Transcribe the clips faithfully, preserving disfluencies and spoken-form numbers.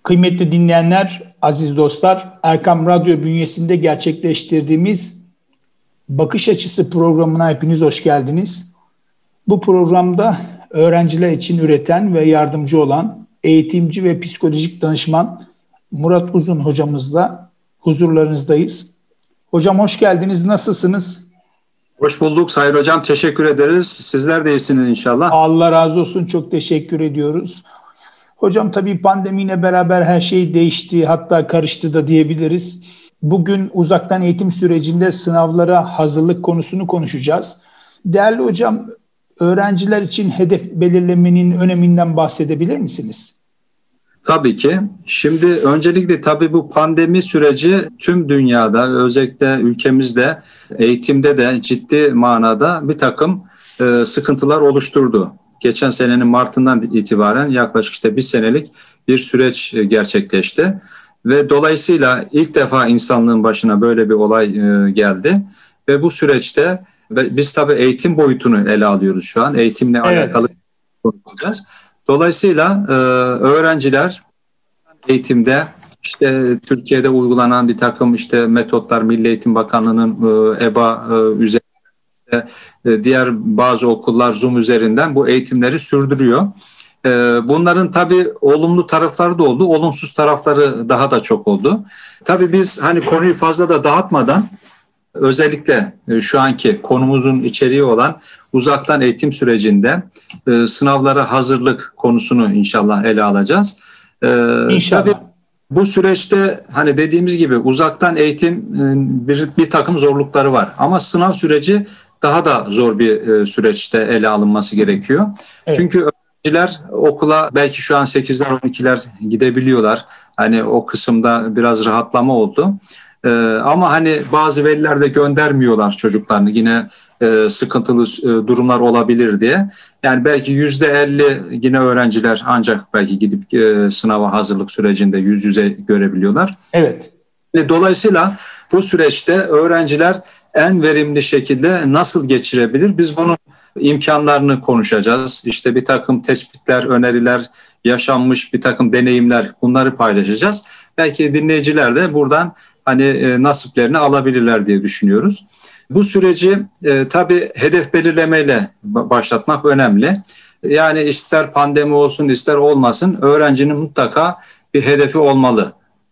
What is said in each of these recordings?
Kıymetli dinleyenler, aziz dostlar, Erkam Radyo bünyesinde gerçekleştirdiğimiz Bakış Açısı programına hepiniz hoş geldiniz. Bu programda öğrenciler için üreten ve yardımcı olan eğitimci ve psikolojik danışman Murat Uzun hocamızla huzurlarınızdayız. Hocam hoş geldiniz, nasılsınız? Hoş bulduk Sayın Hocam, teşekkür ederiz. Sizler de iyisiniz inşallah. Allah razı olsun, çok teşekkür ediyoruz. Hocam tabii pandemiyle beraber her şey değişti, hatta karıştı da diyebiliriz. Bugün uzaktan eğitim sürecinde sınavlara hazırlık konusunu konuşacağız. Değerli hocam, öğrenciler için hedef belirlemenin öneminden bahsedebilir misiniz? Tabii ki. Şimdi öncelikle tabii bu pandemi süreci tüm dünyada, özellikle ülkemizde, eğitimde de ciddi manada bir takım e, sıkıntılar oluşturdu. Geçen senenin Mart'ından itibaren yaklaşık işte bir senelik bir süreç gerçekleşti. Ve dolayısıyla ilk defa insanlığın başına böyle bir olay geldi. Ve bu süreçte biz tabii eğitim boyutunu ele alıyoruz şu an. Eğitimle evet. alakalı konuşacağız. Dolayısıyla öğrenciler eğitimde işte Türkiye'de uygulanan bir takım işte metotlar, Milli Eğitim Bakanlığı'nın E B A üzerinde, diğer bazı okullar Zoom üzerinden bu eğitimleri sürdürüyor. Bunların tabii olumlu tarafları da oldu, olumsuz tarafları daha da çok oldu. Tabii biz hani konuyu fazla da dağıtmadan özellikle şu anki konumuzun içeriği olan uzaktan eğitim sürecinde sınavlara hazırlık konusunu inşallah ele alacağız. İnşallah. Tabii bu süreçte hani dediğimiz gibi uzaktan eğitim bir, bir takım zorlukları var ama sınav süreci daha da zor bir süreçte ele alınması gerekiyor. Evet. Çünkü öğrenciler okula belki şu an sekizler on ikiler gidebiliyorlar. Hani o kısımda biraz rahatlama oldu. Ee, ama hani bazı veliler de göndermiyorlar çocuklarını. Yine e, sıkıntılı e, durumlar olabilir diye. Yani belki yüzde elli yine öğrenciler ancak belki gidip e, sınava hazırlık sürecinde yüz yüze görebiliyorlar. Evet. Ve dolayısıyla bu süreçte öğrenciler en verimli şekilde nasıl geçirebilir? Biz bunun imkanlarını konuşacağız. İşte bir takım tespitler, öneriler, yaşanmış bir takım deneyimler, bunları paylaşacağız. Belki dinleyiciler de buradan hani e, nasiplerini alabilirler diye düşünüyoruz. Bu süreci e, tabii hedef belirlemeyle başlatmak önemli. Yani ister pandemi olsun ister olmasın öğrencinin mutlaka bir hedefi olmalı.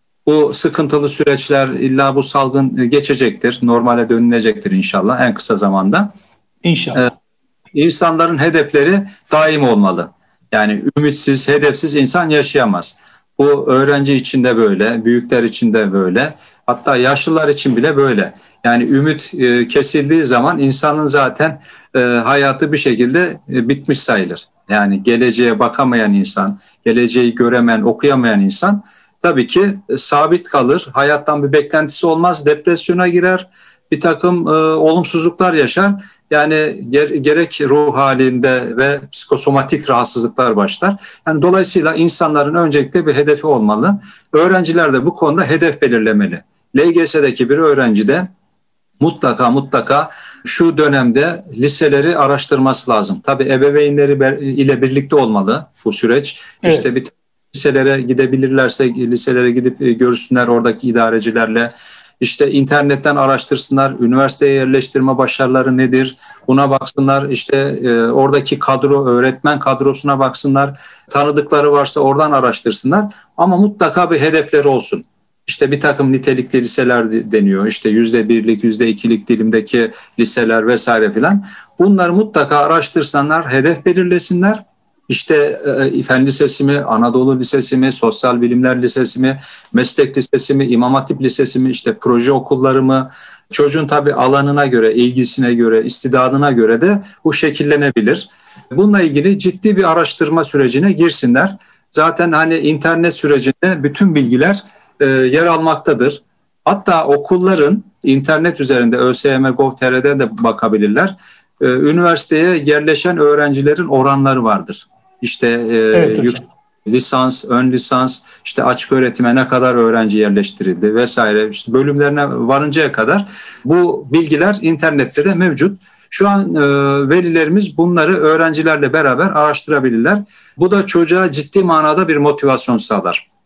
Bu sıkıntılı süreçler illa bu salgın geçecektir. Normale dönülecektir inşallah en kısa zamanda. İnşallah. Ee, insanların hedefleri daim olmalı. Yani ümitsiz, hedefsiz insan yaşayamaz. Bu öğrenci için de böyle, büyükler için de böyle. Hatta yaşlılar için bile böyle. Yani ümit e, kesildiği zaman insanın zaten e, hayatı bir şekilde e, bitmiş sayılır. Yani geleceğe bakamayan insan, geleceği göremeyen, okuyamayan insan tabii ki e, sabit kalır. Hayattan bir beklentisi olmaz, depresyona girer, bir takım e, olumsuzluklar yaşar. Yani ger- gerek ruh halinde ve psikosomatik rahatsızlıklar başlar. Yani dolayısıyla insanların öncelikle bir hedefi olmalı. Öğrenciler de bu konuda hedef belirlemeli. L G S'deki bir öğrenci de mutlaka mutlaka şu dönemde liseleri araştırması lazım. Tabii ebeveynleri ile birlikte olmalı bu süreç. Evet. İşte bir liselere gidebilirlerse liselere gidip görüşsünler oradaki idarecilerle. İşte internetten araştırsınlar, üniversiteye yerleştirme başarıları nedir? Buna baksınlar, işte e, oradaki kadro, öğretmen kadrosuna baksınlar. Tanıdıkları varsa oradan araştırsınlar. Ama mutlaka bir hedefleri olsun. İşte bir takım nitelikli liseler deniyor. İşte yüzde birlik, yüzde ikilik dilimdeki liseler vesaire filan. Bunları mutlaka araştırsınlar, hedef belirlesinler. İşte e, Fen Lisesi mi, Anadolu Lisesi mi, Sosyal Bilimler Lisesi mi, Meslek Lisesi mi, İmam Hatip Lisesi mi, işte proje okulları mı? Çocuğun tabii alanına göre, ilgisine göre, istidadına göre de bu şekillenebilir. Bununla ilgili ciddi bir araştırma sürecine girsinler. Zaten hani internet sürecinde bütün bilgiler e, yer almaktadır. Hatta okulların internet üzerinde ö s m nokta gov nokta t r'de de bakabilirler. E, üniversiteye yerleşen öğrencilerin oranları vardır. İşte e, evet, yüksek lisans, ön lisans, işte açık öğretime ne kadar öğrenci yerleştirildi vesaire, işte bölümlerine varıncaya kadar bu bilgiler internette de mevcut. Şu an e, velilerimiz bunları öğrencilerle beraber araştırabilirler. Bu da çocuğa ciddi manada bir motivasyon sağlar.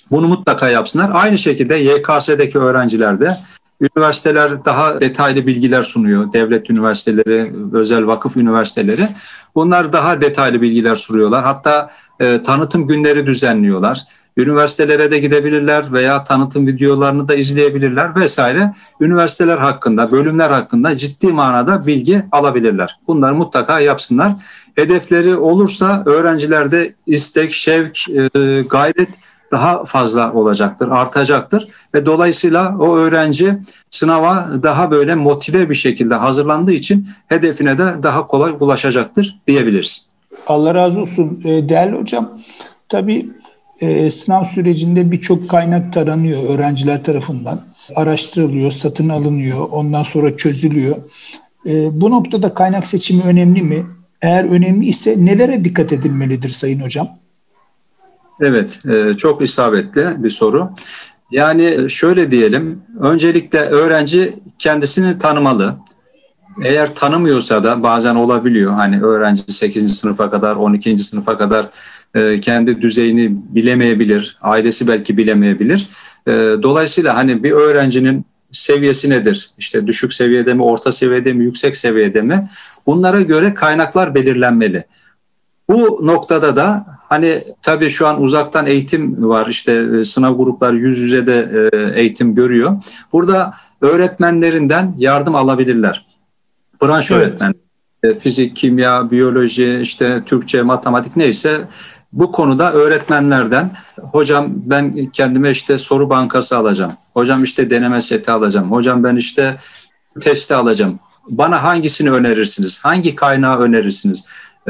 Bunu mutlaka yapsınlar. Aynı şekilde Y K S'deki öğrenciler de üniversiteler daha detaylı bilgiler sunuyor. Devlet üniversiteleri, özel vakıf üniversiteleri. Bunlar daha detaylı bilgiler sunuyorlar. Hatta e, tanıtım günleri düzenliyorlar. Üniversitelere de gidebilirler veya tanıtım videolarını da izleyebilirler vesaire. Üniversiteler hakkında, bölümler hakkında ciddi manada bilgi alabilirler. Bunları mutlaka yapsınlar. Hedefleri olursa öğrencilerde istek, şevk, e, gayret daha fazla olacaktır, artacaktır ve dolayısıyla o öğrenci sınava daha böyle motive bir şekilde hazırlandığı için hedefine de daha kolay ulaşacaktır diyebiliriz. Allah razı olsun değerli hocam. Tabii e, sınav sürecinde birçok kaynak taranıyor öğrenciler tarafından. Araştırılıyor, satın alınıyor, ondan sonra çözülüyor. E, bu noktada kaynak seçimi önemli mi? Eğer önemli ise nelere dikkat edilmelidir Sayın Hocam? Evet, çok isabetli bir soru. Yani şöyle diyelim, öncelikle öğrenci kendisini tanımalı. Eğer tanımıyorsa da bazen olabiliyor. Hani öğrenci sekizinci sınıfa kadar, on ikinci sınıfa kadar kendi düzeyini bilemeyebilir. Ailesi belki bilemeyebilir. Dolayısıyla hani bir öğrencinin seviyesi nedir? İşte düşük seviyede mi, orta seviyede mi, yüksek seviyede mi? Bunlara göre kaynaklar belirlenmeli. Bu noktada da hani tabii şu an uzaktan eğitim var, işte sınav grupları yüz yüze de eğitim görüyor. Burada öğretmenlerinden yardım alabilirler. Branş evet. öğretmen, fizik, kimya, biyoloji, işte Türkçe, matematik neyse bu konuda öğretmenlerden hocam ben kendime işte soru bankası alacağım. Hocam işte deneme seti alacağım. Hocam ben işte testi alacağım. Bana hangisini önerirsiniz? Hangi kaynağı önerirsiniz?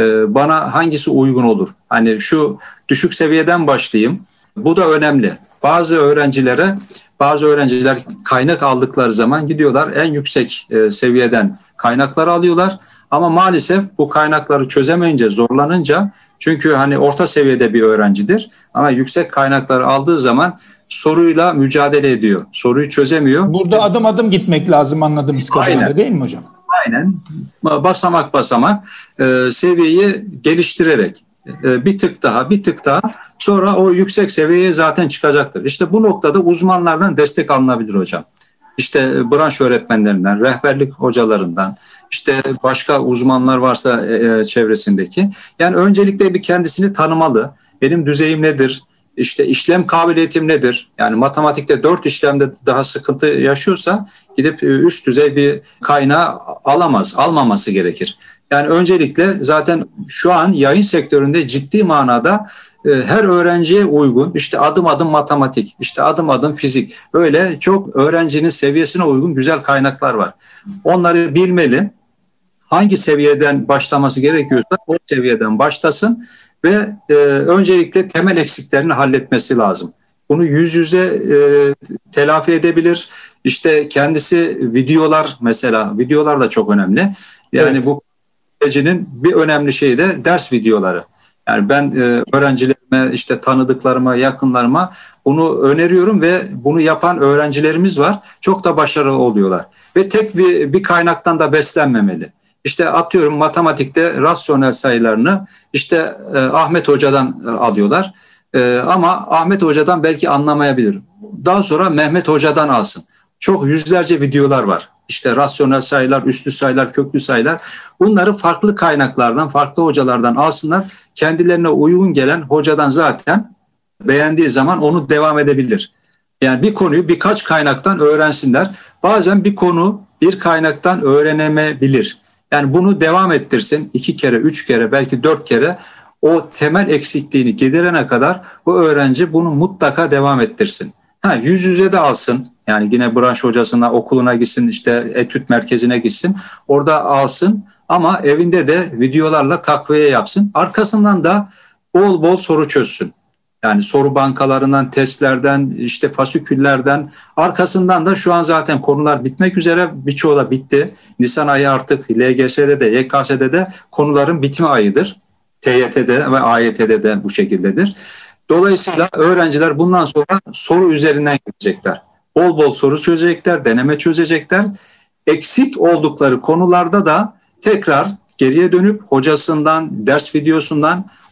Bana hangisi uygun olur? Hani şu düşük seviyeden başlayayım. Bu da önemli. Bazı öğrencilere, bazı öğrenciler kaynak aldıkları zaman gidiyorlar en yüksek seviyeden kaynakları alıyorlar. Ama maalesef bu kaynakları çözemeyince, zorlanınca, çünkü hani orta seviyede bir öğrencidir ama yüksek kaynakları aldığı zaman soruyla mücadele ediyor. Soruyu çözemiyor. Burada adım adım gitmek lazım anladığımız kadarıyla, değil mi hocam? Aynen. Basamak basamak e, seviyeyi geliştirerek e, bir tık daha bir tık daha sonra o yüksek seviyeye zaten çıkacaktır. İşte bu noktada uzmanlardan destek alınabilir hocam. İşte branş öğretmenlerinden, rehberlik hocalarından, işte başka uzmanlar varsa e, çevresindeki. Yani öncelikle bir kendisini tanımalı. Benim düzeyim nedir? İşte işlem kabiliyetim nedir? Yani matematikte dört işlemde daha sıkıntı yaşıyorsa gidip üst düzey bir kaynağı alamaz, almaması gerekir. Yani öncelikle zaten şu an yayın sektöründe ciddi manada her öğrenciye uygun işte adım adım matematik, işte adım adım fizik, böyle çok öğrencinin seviyesine uygun güzel kaynaklar var. Onları bilmeli. Hangi seviyeden başlaması gerekiyorsa o seviyeden başlasın ve e, öncelikle temel eksiklerini halletmesi lazım. Bunu yüz yüze e, telafi edebilir. İşte kendisi videolar, mesela videolar da çok önemli. Yani evet. Bu sürecinin bir önemli şeyi de ders videoları. Yani ben e, öğrencilerime, işte tanıdıklarıma, yakınlarıma bunu öneriyorum ve bunu yapan öğrencilerimiz var. Çok da başarılı oluyorlar. Ve tek bir, bir kaynaktan da beslenmemeli. İşte atıyorum matematikte rasyonel sayılarını işte e, Ahmet Hoca'dan e, alıyorlar. E, ama Ahmet Hoca'dan belki anlamayabilir. Daha sonra Mehmet Hoca'dan alsın. Çok yüzlerce videolar var. İşte rasyonel sayılar, üstlü sayılar, köklü sayılar. Bunları farklı kaynaklardan, farklı hocalardan alsınlar. Kendilerine uygun gelen hocadan zaten beğendiği zaman onu devam edebilir. Yani bir konuyu birkaç kaynaktan öğrensinler. Bazen bir konu bir kaynaktan öğrenemebilir. Yani bunu devam ettirsin. iki kere, üç kere, belki dört kere o temel eksikliğini giderene kadar bu öğrenci bunu mutlaka devam ettirsin. Ha, yüz yüze de alsın. Yani yine branş hocasına, okuluna gitsin, işte etüt merkezine gitsin. Orada alsın ama evinde de videolarla takviye yapsın. Arkasından da bol bol soru çözsün. Yani soru bankalarından, testlerden, işte fasiküllerden, arkasından da şu an zaten konular bitmek üzere, birçoğu da bitti. Nisan ayı artık L G S'de de, Y K S'de de konuların bitme ayıdır. T Y T'de ve A Y T'de de bu şekildedir. Dolayısıyla öğrenciler bundan sonra soru üzerinden gidecekler. Bol bol soru çözecekler, deneme çözecekler. Eksik oldukları konularda da tekrar geriye dönüp hocasından, ders videosundan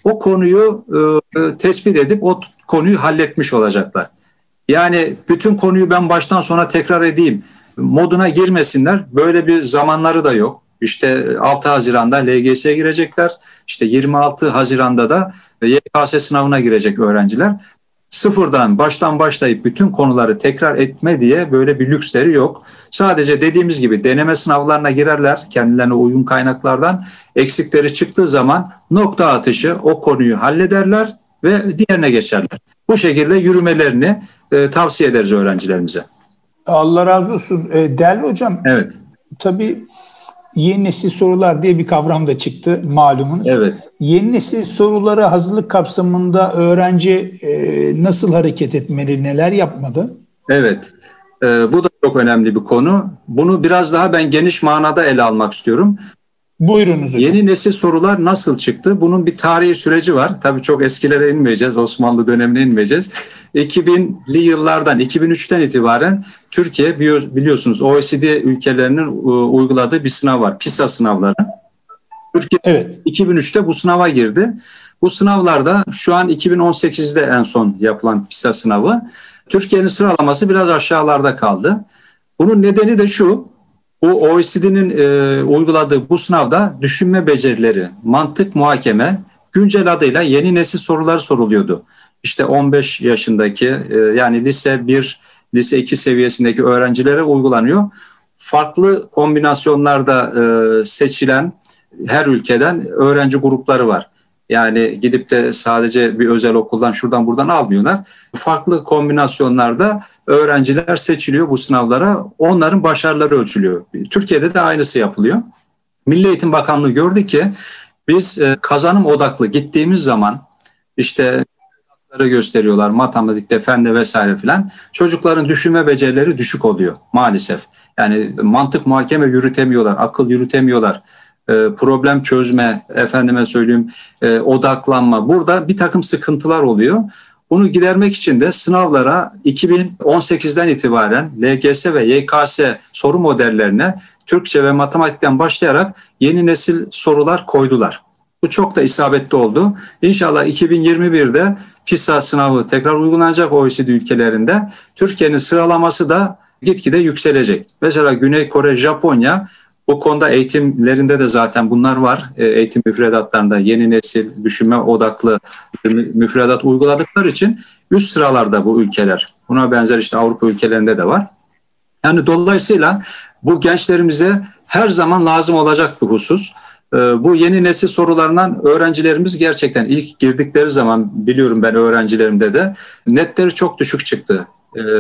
o konuyu e, tespit edip o konuyu halletmiş olacaklar. Yani bütün konuyu ben baştan sona tekrar edeyim moduna girmesinler. Böyle bir zamanları da yok. İşte altı Haziran'da L G S'ye girecekler. İşte yirmi altı Haziran'da da Y K S sınavına girecek öğrenciler. Sıfırdan baştan başlayıp bütün konuları tekrar etme diye böyle bir lüksleri yok. Sadece dediğimiz gibi deneme sınavlarına girerler kendilerine uygun kaynaklardan. Eksikleri çıktığı zaman nokta atışı o konuyu hallederler ve diğerine geçerler. Bu şekilde yürümelerini e, tavsiye ederiz öğrencilerimize. Allah razı olsun. E, değerli hocam, evet. Tabii yeni nesil sorular diye bir kavram da çıktı malumunuz. Evet. Yeni nesil sorulara hazırlık kapsamında öğrenci e, nasıl hareket etmeli, neler yapmalı? Evet. E, bu da çok önemli bir konu. Bunu biraz daha ben geniş manada ele almak istiyorum. Buyurunuz hocam. Yeni nesil sorular nasıl çıktı? Bunun bir tarihi süreci var. Tabii çok eskilere inmeyeceğiz. Osmanlı dönemine inmeyeceğiz. iki binli yıllardan, iki bin üçten itibaren Türkiye biliyorsunuz O E C D ülkelerinin uyguladığı bir sınav var. PISA sınavları. Türkiye evet. iki bin üçte bu sınava girdi. Bu sınavlarda şu an iki bin on sekizde en son yapılan PISA sınavı. Türkiye'nin sıralaması biraz aşağılarda kaldı. Bunun nedeni de şu. Bu O E C D'nin e, uyguladığı bu sınavda düşünme becerileri, mantık muhakeme, güncel adıyla yeni nesil soruları soruluyordu. İşte on beş yaşındaki e, yani lise bir, lise iki seviyesindeki öğrencilere uygulanıyor. Farklı kombinasyonlarda e, seçilen her ülkeden öğrenci grupları var. Yani gidip de sadece bir özel okuldan şuradan buradan almıyorlar. Farklı kombinasyonlarda öğrenciler seçiliyor bu sınavlara. Onların başarıları ölçülüyor. Türkiye'de de aynısı yapılıyor. Milli Eğitim Bakanlığı gördü ki biz kazanım odaklı gittiğimiz zaman işte gösteriyorlar matematikte, fende vesaire filan. Çocukların düşünme becerileri düşük oluyor maalesef. Yani mantık muhakeme yürütemiyorlar, akıl yürütemiyorlar. Problem çözme, efendime söyleyeyim odaklanma. Burada bir takım sıkıntılar oluyor. Bunu gidermek için de sınavlara iki bin on sekizden itibaren L G S ve Y K S soru modellerine Türkçe ve matematikten başlayarak yeni nesil sorular koydular. Bu çok da isabetli oldu. İnşallah iki bin yirmi birde PISA sınavı tekrar uygulanacak O E C D ülkelerinde. Türkiye'nin sıralaması da gitgide yükselecek. Mesela Güney Kore, Japonya bu konuda eğitimlerinde de zaten bunlar var. Eğitim müfredatlarında yeni nesil düşünme odaklı müfredat uyguladıkları için üst sıralarda bu ülkeler. Buna benzer işte Avrupa ülkelerinde de var. Yani dolayısıyla bu gençlerimize her zaman lazım olacak bir husus. Bu yeni nesil sorularından öğrencilerimiz gerçekten ilk girdikleri zaman biliyorum ben öğrencilerimde de netleri çok düşük çıktı.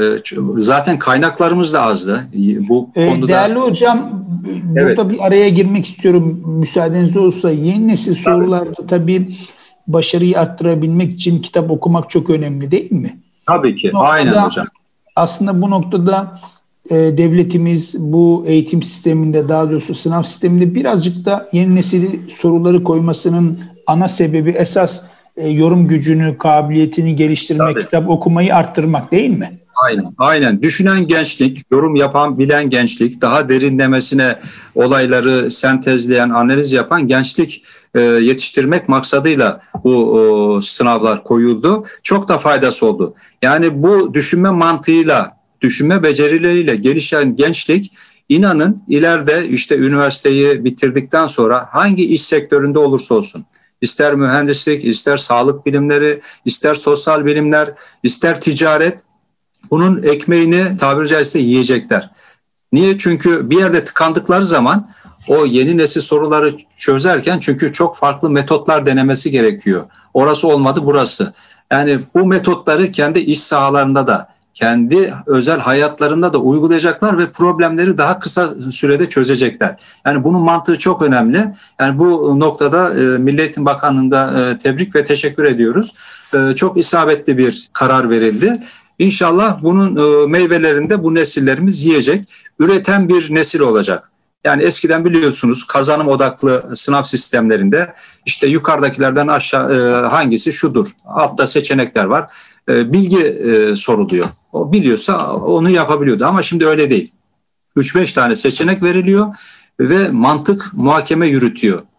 Zaten kaynaklarımız da azdı. Bu ee, konuda. Değerli hocam, evet. Burada bir araya girmek istiyorum müsaadeniz olursa. Yeni nesil sorularda tabii başarıyı arttırabilmek için kitap okumak çok önemli değil mi? Tabii ki. Noktada, aynen hocam. Aslında bu noktada e, devletimiz bu eğitim sisteminde, daha doğrusu sınav sisteminde birazcık da yeni nesil soruları koymasının ana sebebi esas e, yorum gücünü, kabiliyetini geliştirmek, tabii. Kitap okumayı arttırmak değil mi? Aynen, aynen. Düşünen gençlik, yorum yapan, bilen gençlik, daha derinlemesine olayları sentezleyen, analiz yapan gençlik e, yetiştirmek maksadıyla bu o, sınavlar koyuldu. Çok da faydası oldu. Yani bu düşünme mantığıyla, düşünme becerileriyle gelişen gençlik, inanın ileride işte üniversiteyi bitirdikten sonra hangi iş sektöründe olursa olsun, ister mühendislik, ister sağlık bilimleri, ister sosyal bilimler, ister ticaret, bunun ekmeğini tabiri caizse yiyecekler. Niye? Çünkü bir yerde tıkandıkları zaman o yeni nesil soruları çözerken çünkü çok farklı metotlar denemesi gerekiyor. Orası olmadı burası. Yani bu metotları kendi iş sahalarında da, kendi özel hayatlarında da uygulayacaklar ve problemleri daha kısa sürede çözecekler. Yani bunun mantığı çok önemli. Yani bu noktada e, Milli Eğitim Bakanlığı'nda e, tebrik ve teşekkür ediyoruz. E, çok isabetli bir karar verildi. İnşallah bunun e, meyvelerini de bu nesillerimiz yiyecek. Üreten bir nesil olacak. Yani eskiden biliyorsunuz kazanım odaklı sınav sistemlerinde işte yukarıdakilerden aşağı e, hangisi şudur. Altta seçenekler var. E, bilgi e, soruluyor. O biliyorsa onu yapabiliyordu ama şimdi öyle değil. üç beş tane seçenek veriliyor ve mantık muhakeme yürütüyor.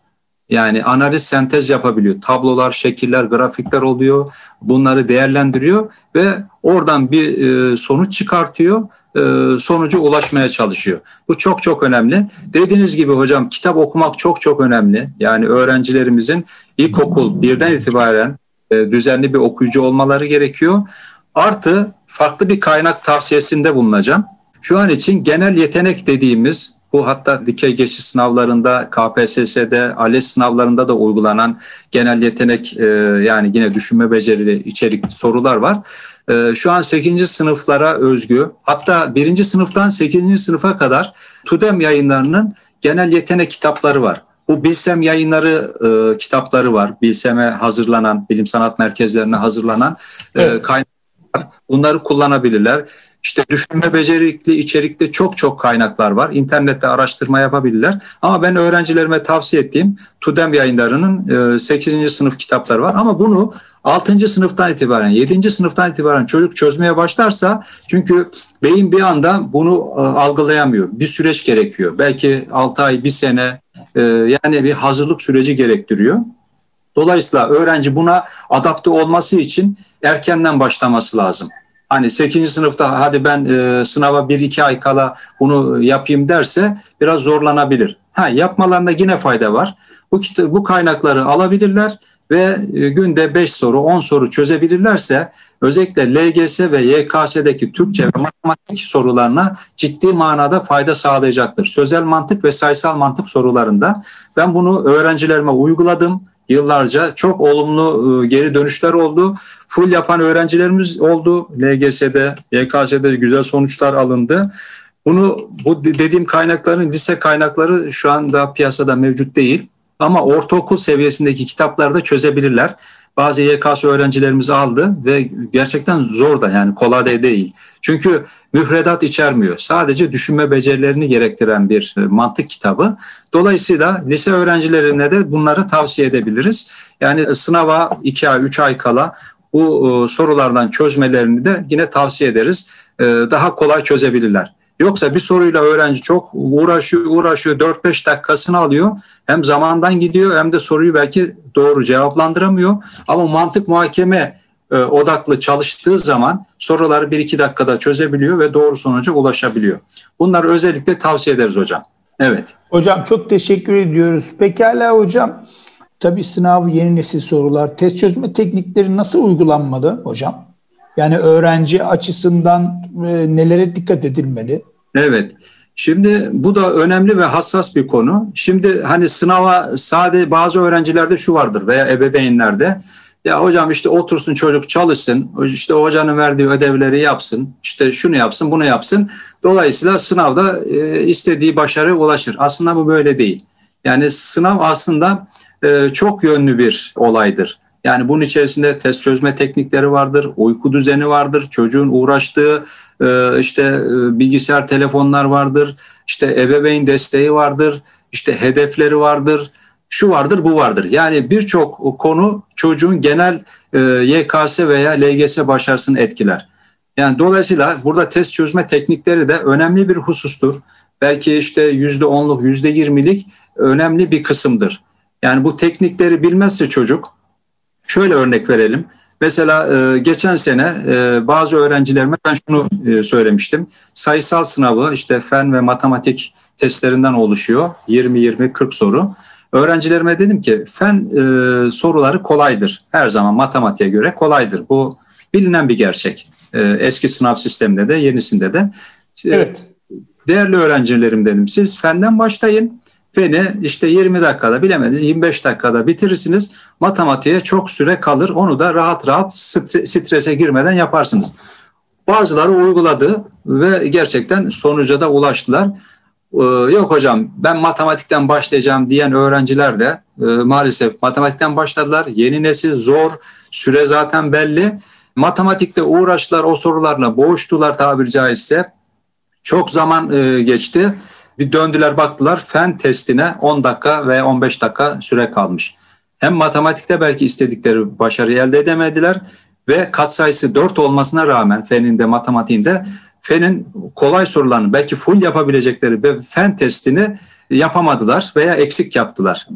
Yani analiz, sentez yapabiliyor. Tablolar, şekiller, grafikler oluyor. Bunları değerlendiriyor ve oradan bir e, sonuç çıkartıyor. E, sonuca ulaşmaya çalışıyor. Bu çok çok önemli. Dediğiniz gibi hocam, kitap okumak çok çok önemli. Yani öğrencilerimizin ilkokul birden itibaren e, düzenli bir okuyucu olmaları gerekiyor. Artı farklı bir kaynak tavsiyesinde bulunacağım. Şu an için genel yetenek dediğimiz, bu hatta dikey geçiş sınavlarında, K P S S'de, ALES sınavlarında da uygulanan genel yetenek, e, yani yine düşünme becerili içerikli sorular var. E, şu an sekizinci sınıflara özgü, hatta birinci sınıftan sekizinci sınıfa kadar TÜDEM yayınlarının genel yetenek kitapları var. Bu Bilsem yayınları e, kitapları var. Bilsem'e hazırlanan, bilim sanat merkezlerine hazırlanan e, evet. kaynaklar. Bunları kullanabilirler. İşte düşünme becerikli içerikli çok çok kaynaklar var. İnternette araştırma yapabilirler. Ama ben öğrencilerime tavsiye ettiğim TÜDEM yayınlarının sekizinci sınıf kitapları var. Ama bunu altıncı sınıftan itibaren, yedinci sınıftan itibaren çocuk çözmeye başlarsa, çünkü beyin bir anda bunu algılayamıyor. Bir süreç gerekiyor. Belki altı ay, bir sene, yani bir hazırlık süreci gerektiriyor. Dolayısıyla öğrenci buna adapte olması için erkenden başlaması lazım. Hani sekizinci sınıfta hadi ben e, sınava bir iki ay kala bunu yapayım derse biraz zorlanabilir. Ha, yapmalarında yine fayda var. Bu bu kaynakları alabilirler ve e, günde beş soru, on soru çözebilirlerse, özellikle L G S ve Y K S'deki Türkçe ve matematik sorularına ciddi manada fayda sağlayacaktır. Sözel mantık ve sayısal mantık sorularında ben bunu öğrencilerime uyguladım. Yıllarca çok olumlu geri dönüşler oldu. Full yapan öğrencilerimiz oldu. L G S'de, Y K S'de güzel sonuçlar alındı. Bunu, bu dediğim kaynakların lise kaynakları şu anda piyasada mevcut değil. Ama ortaokul seviyesindeki kitaplarda çözebilirler. Bazı Y K S öğrencilerimiz aldı ve gerçekten zor da, yani kolay da değil. Çünkü müfredat içermiyor. Sadece düşünme becerilerini gerektiren bir mantık kitabı. Dolayısıyla lise öğrencilerine de bunları tavsiye edebiliriz. Yani sınava iki ay, üç ay kala bu sorulardan çözmelerini de yine tavsiye ederiz. Daha kolay çözebilirler. Yoksa bir soruyla öğrenci çok uğraşıyor, uğraşıyor, dört beş dakikasını alıyor. Hem zamandan gidiyor hem de soruyu belki doğru cevaplandıramıyor. Ama mantık muhakeme e, odaklı çalıştığı zaman soruları bir iki dakikada çözebiliyor ve doğru sonuca ulaşabiliyor. Bunları özellikle tavsiye ederiz hocam. Evet. Hocam çok teşekkür ediyoruz. Pekala hocam. Tabii sınav, yeni nesil sorular, test çözme teknikleri nasıl uygulanmalı hocam? Yani öğrenci açısından e, nelere dikkat edilmeli? Evet. Şimdi bu da önemli ve hassas bir konu. Şimdi hani sınava sade bazı öğrencilerde şu vardır veya ebeveynlerde. Ya hocam işte otursun çocuk çalışsın, işte hocanın verdiği ödevleri yapsın, işte şunu yapsın, bunu yapsın. Dolayısıyla sınavda e, istediği başarıya ulaşır. Aslında bu böyle değil. Yani sınav aslında e, çok yönlü bir olaydır. Yani bunun içerisinde test çözme teknikleri vardır, uyku düzeni vardır, çocuğun uğraştığı e, işte e, bilgisayar, telefonlar vardır, işte ebeveyn desteği vardır, işte hedefleri vardır, şu vardır, bu vardır. Yani birçok konu çocuğun genel e, Y K S veya L G S başarısını etkiler. Yani dolayısıyla burada test çözme teknikleri de önemli bir husustur. Belki işte yüzde onluk, yüzde yirmilik önemli bir kısımdır. Yani bu teknikleri bilmezse çocuk, şöyle örnek verelim. Mesela e, geçen sene e, bazı öğrencilerime ben şunu e, söylemiştim. Sayısal sınavı işte fen ve matematik testlerinden oluşuyor. yirmi yirmi kırk soru. Öğrencilerime dedim ki fen e, soruları kolaydır. Her zaman matematiğe göre kolaydır. Bu bilinen bir gerçek. E, eski sınav sisteminde de yenisinde de. Evet. Değerli öğrencilerim dedim, siz fenden başlayın. Feni işte yirmi dakikada, bilemediniz yirmi beş dakikada bitirirsiniz. Matematiğe çok süre kalır. Onu da rahat rahat strese girmeden yaparsınız. Bazıları uyguladı ve gerçekten sonuca da ulaştılar. Ee, yok hocam ben matematikten başlayacağım diyen öğrenciler de e, maalesef matematikten başladılar. Yeni nesil zor, süre zaten belli. Matematikte uğraştılar, o sorularla boğuştular tabiri caizse. Çok zaman e, geçti. Bir döndüler baktılar fen testine on dakika veya on beş dakika süre kalmış. Hem matematikte belki istedikleri başarıyı elde edemediler ve katsayısı dört olmasına rağmen fenin de matematiğinde fenin kolay sorularını belki full yapabilecekleri bir fen testini yapamadılar veya eksik yaptılar.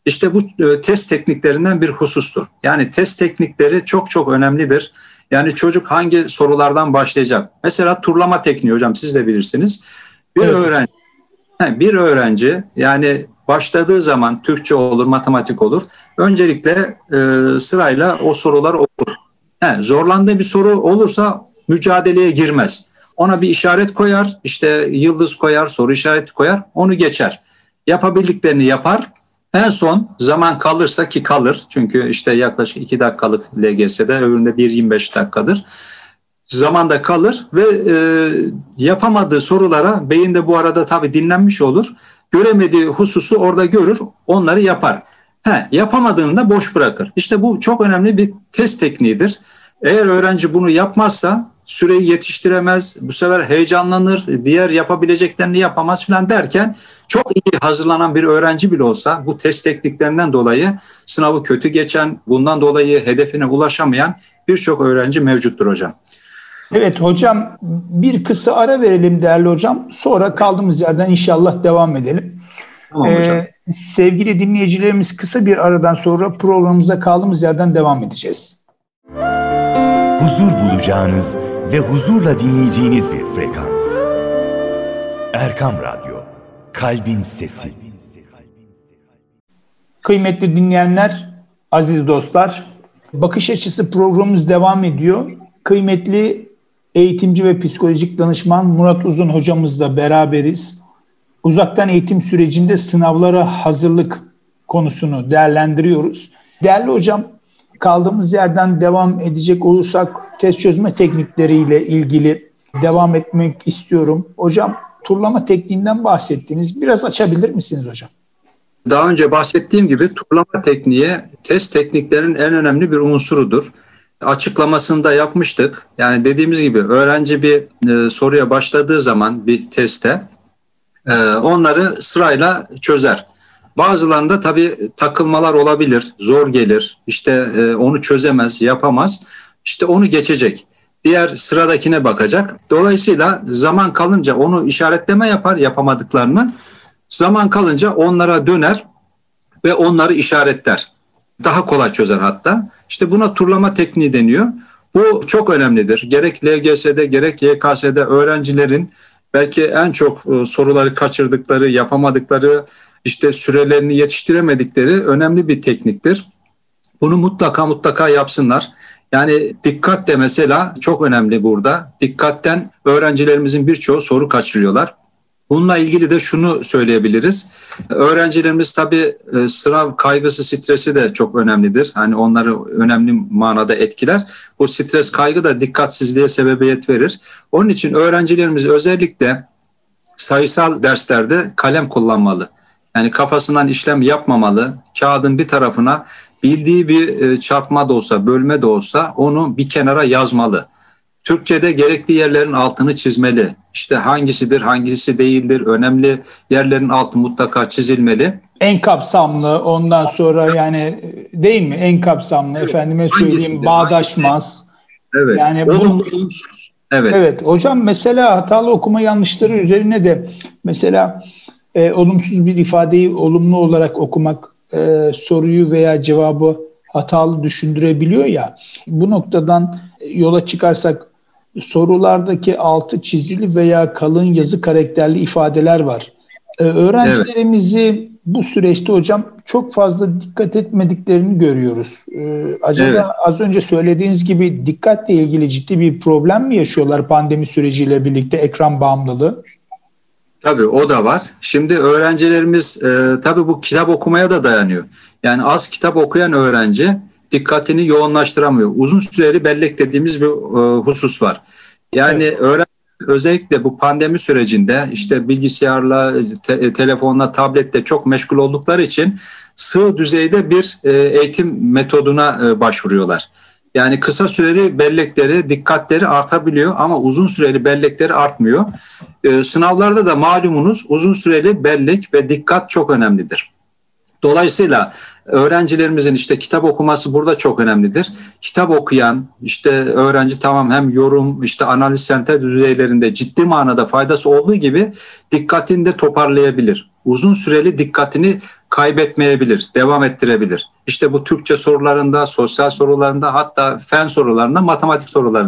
İşte bu e, test tekniklerinden bir husustur. Yani test teknikleri çok çok önemlidir. Yani çocuk hangi sorulardan başlayacak? Mesela turlama tekniği hocam, siz de bilirsiniz. Bir evet. öğrenci bir öğrenci yani başladığı zaman Türkçe olur, matematik olur. Öncelikle e, sırayla o sorular olur. He, zorlandığı bir soru olursa mücadeleye girmez. Ona bir işaret koyar, işte yıldız koyar, soru işareti koyar, onu geçer. Yapabildiklerini yapar. En son zaman kalırsa, ki kalır çünkü işte yaklaşık iki dakikalık L G S'de, öbüründe bir yirmi beş dakikadır. Zamanda kalır ve e, yapamadığı sorulara beyinde bu arada tabii dinlenmiş olur. Göremediği hususu orada görür, onları yapar. He, yapamadığını da boş bırakır. İşte bu çok önemli bir test tekniğidir. Eğer öğrenci bunu yapmazsa süreyi yetiştiremez, bu sefer heyecanlanır, diğer yapabileceklerini yapamaz falan derken çok iyi hazırlanan bir öğrenci bile olsa bu test tekniklerinden dolayı sınavı kötü geçen, bundan dolayı hedefine ulaşamayan birçok öğrenci mevcuttur hocam. Evet hocam, bir kısa ara verelim değerli hocam. Sonra kaldığımız yerden inşallah devam edelim. Tamam hocam. Ee, sevgili dinleyicilerimiz, kısa bir aradan sonra programımıza kaldığımız yerden devam edeceğiz. Huzur bulacağınız ve huzurla dinleyeceğiniz bir frekans. Erkam Radyo, Kalbin Sesi. Kıymetli dinleyenler, aziz dostlar, Bakış Açısı programımız devam ediyor. Kıymetli eğitimci ve psikolojik danışman Murat Uzun hocamızla beraberiz. Uzaktan eğitim sürecinde sınavlara hazırlık konusunu değerlendiriyoruz. Değerli hocam, kaldığımız yerden devam edecek olursak test çözme teknikleriyle ilgili devam etmek istiyorum. Hocam, turlama tekniğinden bahsettiniz. Biraz açabilir misiniz hocam? Daha önce bahsettiğim gibi turlama tekniği test tekniklerinin en önemli bir unsurudur. Açıklamasını da yapmıştık. Yani dediğimiz gibi öğrenci bir e, soruya başladığı zaman bir teste e, onları sırayla çözer. Bazılarında tabii takılmalar olabilir, zor gelir, işte e, onu çözemez, yapamaz. İşte onu geçecek. Diğer sıradakine bakacak. Dolayısıyla zaman kalınca onu işaretleme yapar, yapamadıklarını. Zaman kalınca onlara döner ve onları işaretler. Daha kolay çözer hatta. İşte buna turlama tekniği deniyor. Bu çok önemlidir. Gerek L G S'de gerek Y K S'de öğrencilerin belki en çok soruları kaçırdıkları, yapamadıkları, işte sürelerini yetiştiremedikleri önemli bir tekniktir. Bunu mutlaka mutlaka yapsınlar. Yani dikkat de mesela çok önemli burada. Dikkatten öğrencilerimizin birçoğu soru kaçırıyorlar. Bununla ilgili de şunu söyleyebiliriz. Öğrencilerimiz tabii sınav kaygısı, stresi de çok önemlidir. Hani onları önemli manada etkiler. Bu stres, kaygı da dikkatsizliğe sebebiyet verir. Onun için öğrencilerimiz özellikle sayısal derslerde kalem kullanmalı. Yani kafasından işlem yapmamalı. Kağıdın bir tarafına bildiği bir çarpma da olsa, bölme de olsa onu bir kenara yazmalı. Türkçe'de gerekli yerlerin altını çizmeli. İşte hangisidir, hangisi değildir, önemli yerlerin altı mutlaka çizilmeli. En kapsamlı, ondan sonra yani değil mi? En kapsamlı, evet. Efendime söyleyeyim, hangisidir, bağdaşmaz. Hangisi? Evet. Yani olumlu, bunu, olumsuz. Evet. Evet. Hocam mesela hatalı okuma yanlışları üzerine de mesela e, olumsuz bir ifadeyi olumlu olarak okumak e, soruyu veya cevabı hatalı düşündürebiliyor ya. Bu noktadan yola çıkarsak sorulardaki altı çizili veya kalın yazı karakterli ifadeler var. Ee, öğrencilerimizi evet. bu süreçte hocam çok fazla dikkat etmediklerini görüyoruz. Ee, acaba evet. az önce söylediğiniz gibi dikkatle ilgili ciddi bir problem mi yaşıyorlar pandemi süreciyle birlikte, ekran bağımlılığı? Tabii o da var. Şimdi öğrencilerimiz e, tabii bu kitap okumaya da dayanıyor. Yani az kitap okuyan öğrenci dikkatini yoğunlaştıramıyor. Uzun süreli bellek dediğimiz bir e, husus var. Yani evet. öğrenci özellikle bu pandemi sürecinde işte bilgisayarla, te- telefonla, tabletle çok meşgul oldukları için sığ düzeyde bir e, eğitim metoduna e, başvuruyorlar. Yani kısa süreli bellekleri, dikkatleri artabiliyor ama uzun süreli bellekleri artmıyor. E, sınavlarda da malumunuz uzun süreli bellek ve dikkat çok önemlidir. Dolayısıyla öğrencilerimizin işte kitap okuması burada çok önemlidir. Kitap okuyan işte öğrenci tamam hem yorum, işte analiz, sentez düzeylerinde ciddi manada faydası olduğu gibi dikkatini de toparlayabilir. Uzun süreli dikkatini kaybetmeyebilir, devam ettirebilir. İşte bu Türkçe sorularında, sosyal sorularında, hatta fen sorularında, matematik sorularında.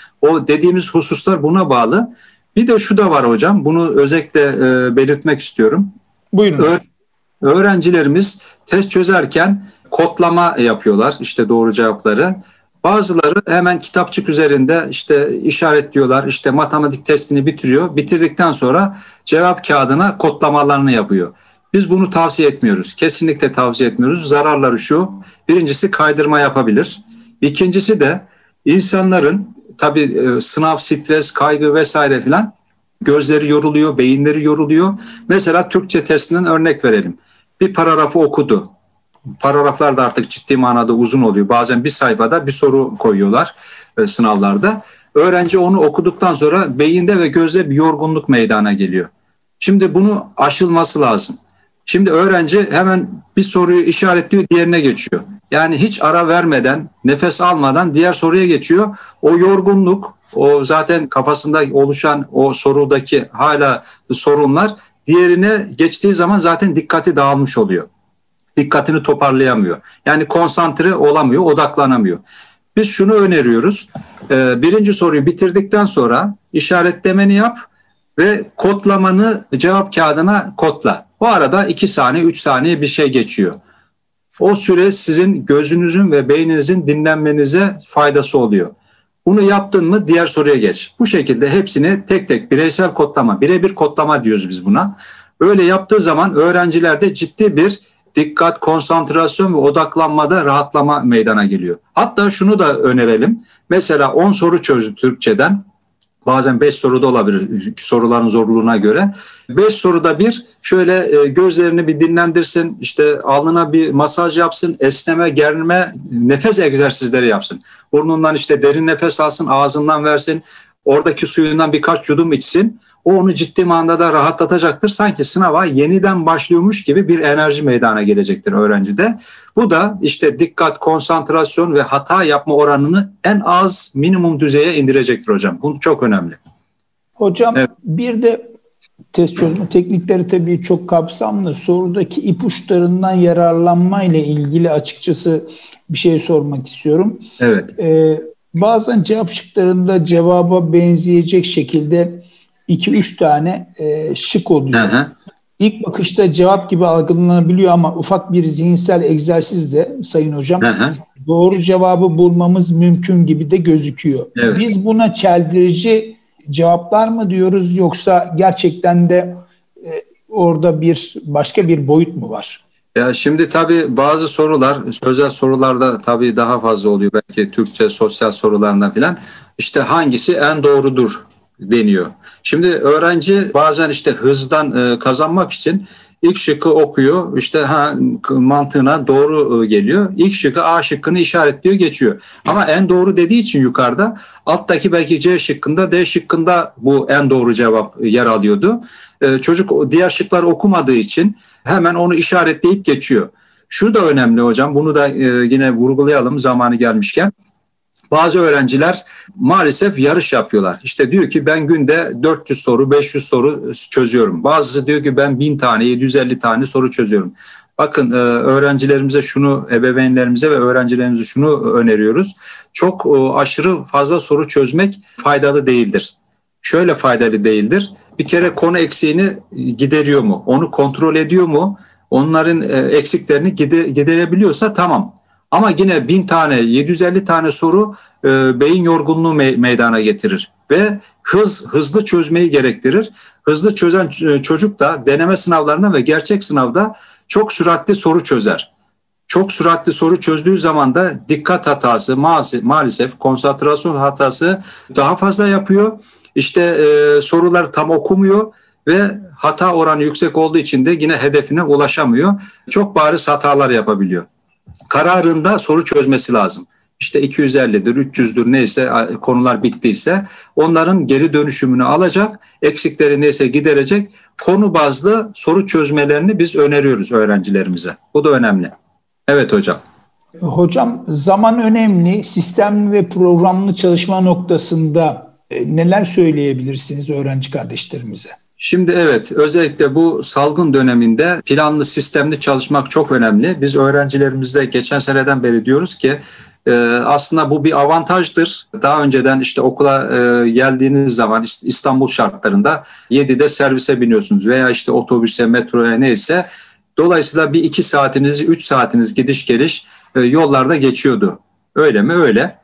O dediğimiz hususlar buna bağlı. Bir de şu da var hocam, bunu özellikle e, belirtmek istiyorum. Buyurun. Ö- öğrencilerimiz test çözerken kodlama yapıyorlar, işte doğru cevapları. Bazıları hemen kitapçık üzerinde işte işaretliyorlar, işte matematik testini bitiriyor. Bitirdikten sonra cevap kağıdına kodlamalarını yapıyor. Biz bunu tavsiye etmiyoruz. Kesinlikle tavsiye etmiyoruz. Zararları şu: birincisi kaydırma yapabilir. İkincisi de insanların tabii e, sınav, stres, kaygı vesaire filan, gözleri yoruluyor, beyinleri yoruluyor. Mesela Türkçe testinden örnek verelim. Bir paragrafı okudu. Paragraflar da artık ciddi manada uzun oluyor. Bazen bir sayfada bir soru koyuyorlar e, sınavlarda. Öğrenci onu okuduktan sonra beyinde ve gözde bir yorgunluk meydana geliyor. Şimdi bunu aşılması lazım. Şimdi öğrenci hemen bir soruyu işaretliyor, diğerine geçiyor. Yani hiç ara vermeden, nefes almadan diğer soruya geçiyor. O yorgunluk, o zaten kafasında oluşan o sorudaki hala sorunlar diğerine geçtiği zaman zaten dikkati dağılmış oluyor. Dikkatini toparlayamıyor. Yani konsantre olamıyor, odaklanamıyor. Biz şunu öneriyoruz. Birinci soruyu bitirdikten sonra işaretlemeni yap ve kodlamanı cevap kağıdına kodla. O arada iki saniye, üç saniye bir şey geçiyor. O süre sizin gözünüzün ve beyninizin dinlenmenize faydası oluyor. Bunu yaptın mı diğer soruya geç. Bu şekilde hepsini tek tek bireysel kodlama, birebir kodlama diyoruz biz buna. Öyle yaptığı zaman öğrencilerde ciddi bir dikkat, konsantrasyon ve odaklanmada rahatlama meydana geliyor. Hatta şunu da önerelim. Mesela on soru çözdü Türkçeden. Bazen beş soru da olabilir soruların zorluğuna göre. beş soruda bir şöyle gözlerini bir dinlendirsin, işte alnına bir masaj yapsın, esneme, germe, nefes egzersizleri yapsın. Burnundan işte derin nefes alsın, ağzından versin, oradaki suyundan birkaç yudum içsin. O onu ciddi manada rahatlatacaktır. Sanki sınava yeniden başlıyormuş gibi bir enerji meydana gelecektir öğrencide. Bu da işte dikkat, konsantrasyon ve hata yapma oranını en az minimum düzeye indirecektir hocam. Bu çok önemli. Hocam evet. Bir de test çözme teknikleri tabii çok kapsamlı. Sorudaki ipuçlarından yararlanma ile ilgili açıkçası bir şey sormak istiyorum. Evet. Ee, bazen cevap şıklarında cevaba benzeyecek şekilde iki üç tane e, şık oluyor. Hı hı. İlk bakışta cevap gibi algılanabiliyor ama ufak bir zihinsel egzersizle sayın hocam hı hı. doğru cevabı bulmamız mümkün gibi de gözüküyor. Evet. Biz buna çeldirici cevaplar mı diyoruz yoksa gerçekten de e, orada bir başka bir boyut mu var? Ya şimdi tabii bazı sorular, sözel sorularda tabii daha fazla oluyor. Belki Türkçe, sosyal sorularında filan. İşte hangisi en doğrudur deniyor. Şimdi öğrenci bazen işte hızdan e, kazanmak için ilk şıkkı okuyor, işte ha, mantığına doğru e, geliyor. İlk şıkkı A şıkkını işaretliyor, geçiyor. Ama en doğru dediği için yukarıda alttaki belki C şıkkında, D şıkkında bu en doğru cevap yer alıyordu. E, çocuk diğer şıkları okumadığı için hemen onu işaretleyip geçiyor. Şu da önemli hocam, bunu da e, yine vurgulayalım zamanı gelmişken. Bazı öğrenciler maalesef yarış yapıyorlar. İşte diyor ki ben günde dört yüz soru, beş yüz soru çözüyorum. Bazısı diyor ki ben bin tane, yedi yüz elli tane soru çözüyorum. Bakın öğrencilerimize şunu, ebeveynlerimize ve öğrencilerimize şunu öneriyoruz. Çok aşırı fazla soru çözmek faydalı değildir. Şöyle faydalı değildir. Bir kere konu eksiğini gideriyor mu? Onu kontrol ediyor mu? Onların eksiklerini giderebiliyorsa tamam. Ama yine bin tane, yedi yüz elli tane soru e, beyin yorgunluğu me- meydana getirir ve hız hızlı çözmeyi gerektirir. Hızlı çözen çocuk da deneme sınavlarında ve gerçek sınavda çok süratli soru çözer. Çok süratli soru çözdüğü zaman da dikkat hatası, maalesef, maalesef konsantrasyon hatası daha fazla yapıyor. İşte e, soruları tam okumuyor ve hata oranı yüksek olduğu için de yine hedefine ulaşamıyor. Çok bariz hatalar yapabiliyor. Kararında soru çözmesi lazım. İşte iki yüz ellidir, üç yüzdür neyse konular bittiyse onların geri dönüşümünü alacak, eksikleri neyse giderecek. Konu bazlı soru çözmelerini biz öneriyoruz öğrencilerimize. Bu da önemli. Evet hocam. Hocam zaman önemli. Sistemli ve programlı çalışma noktasında neler söyleyebilirsiniz öğrenci kardeşlerimize? Şimdi evet, özellikle bu salgın döneminde planlı, sistemli çalışmak çok önemli. Biz öğrencilerimizde geçen seneden beri diyoruz ki e, aslında bu bir avantajdır. Daha önceden işte okula e, geldiğiniz zaman İstanbul şartlarında yedide servise biniyorsunuz veya işte otobüse, metroya neyse. Dolayısıyla bir iki saatiniz, üç saatiniz gidiş geliş e, yollarda geçiyordu. Öyle mi? Öyle.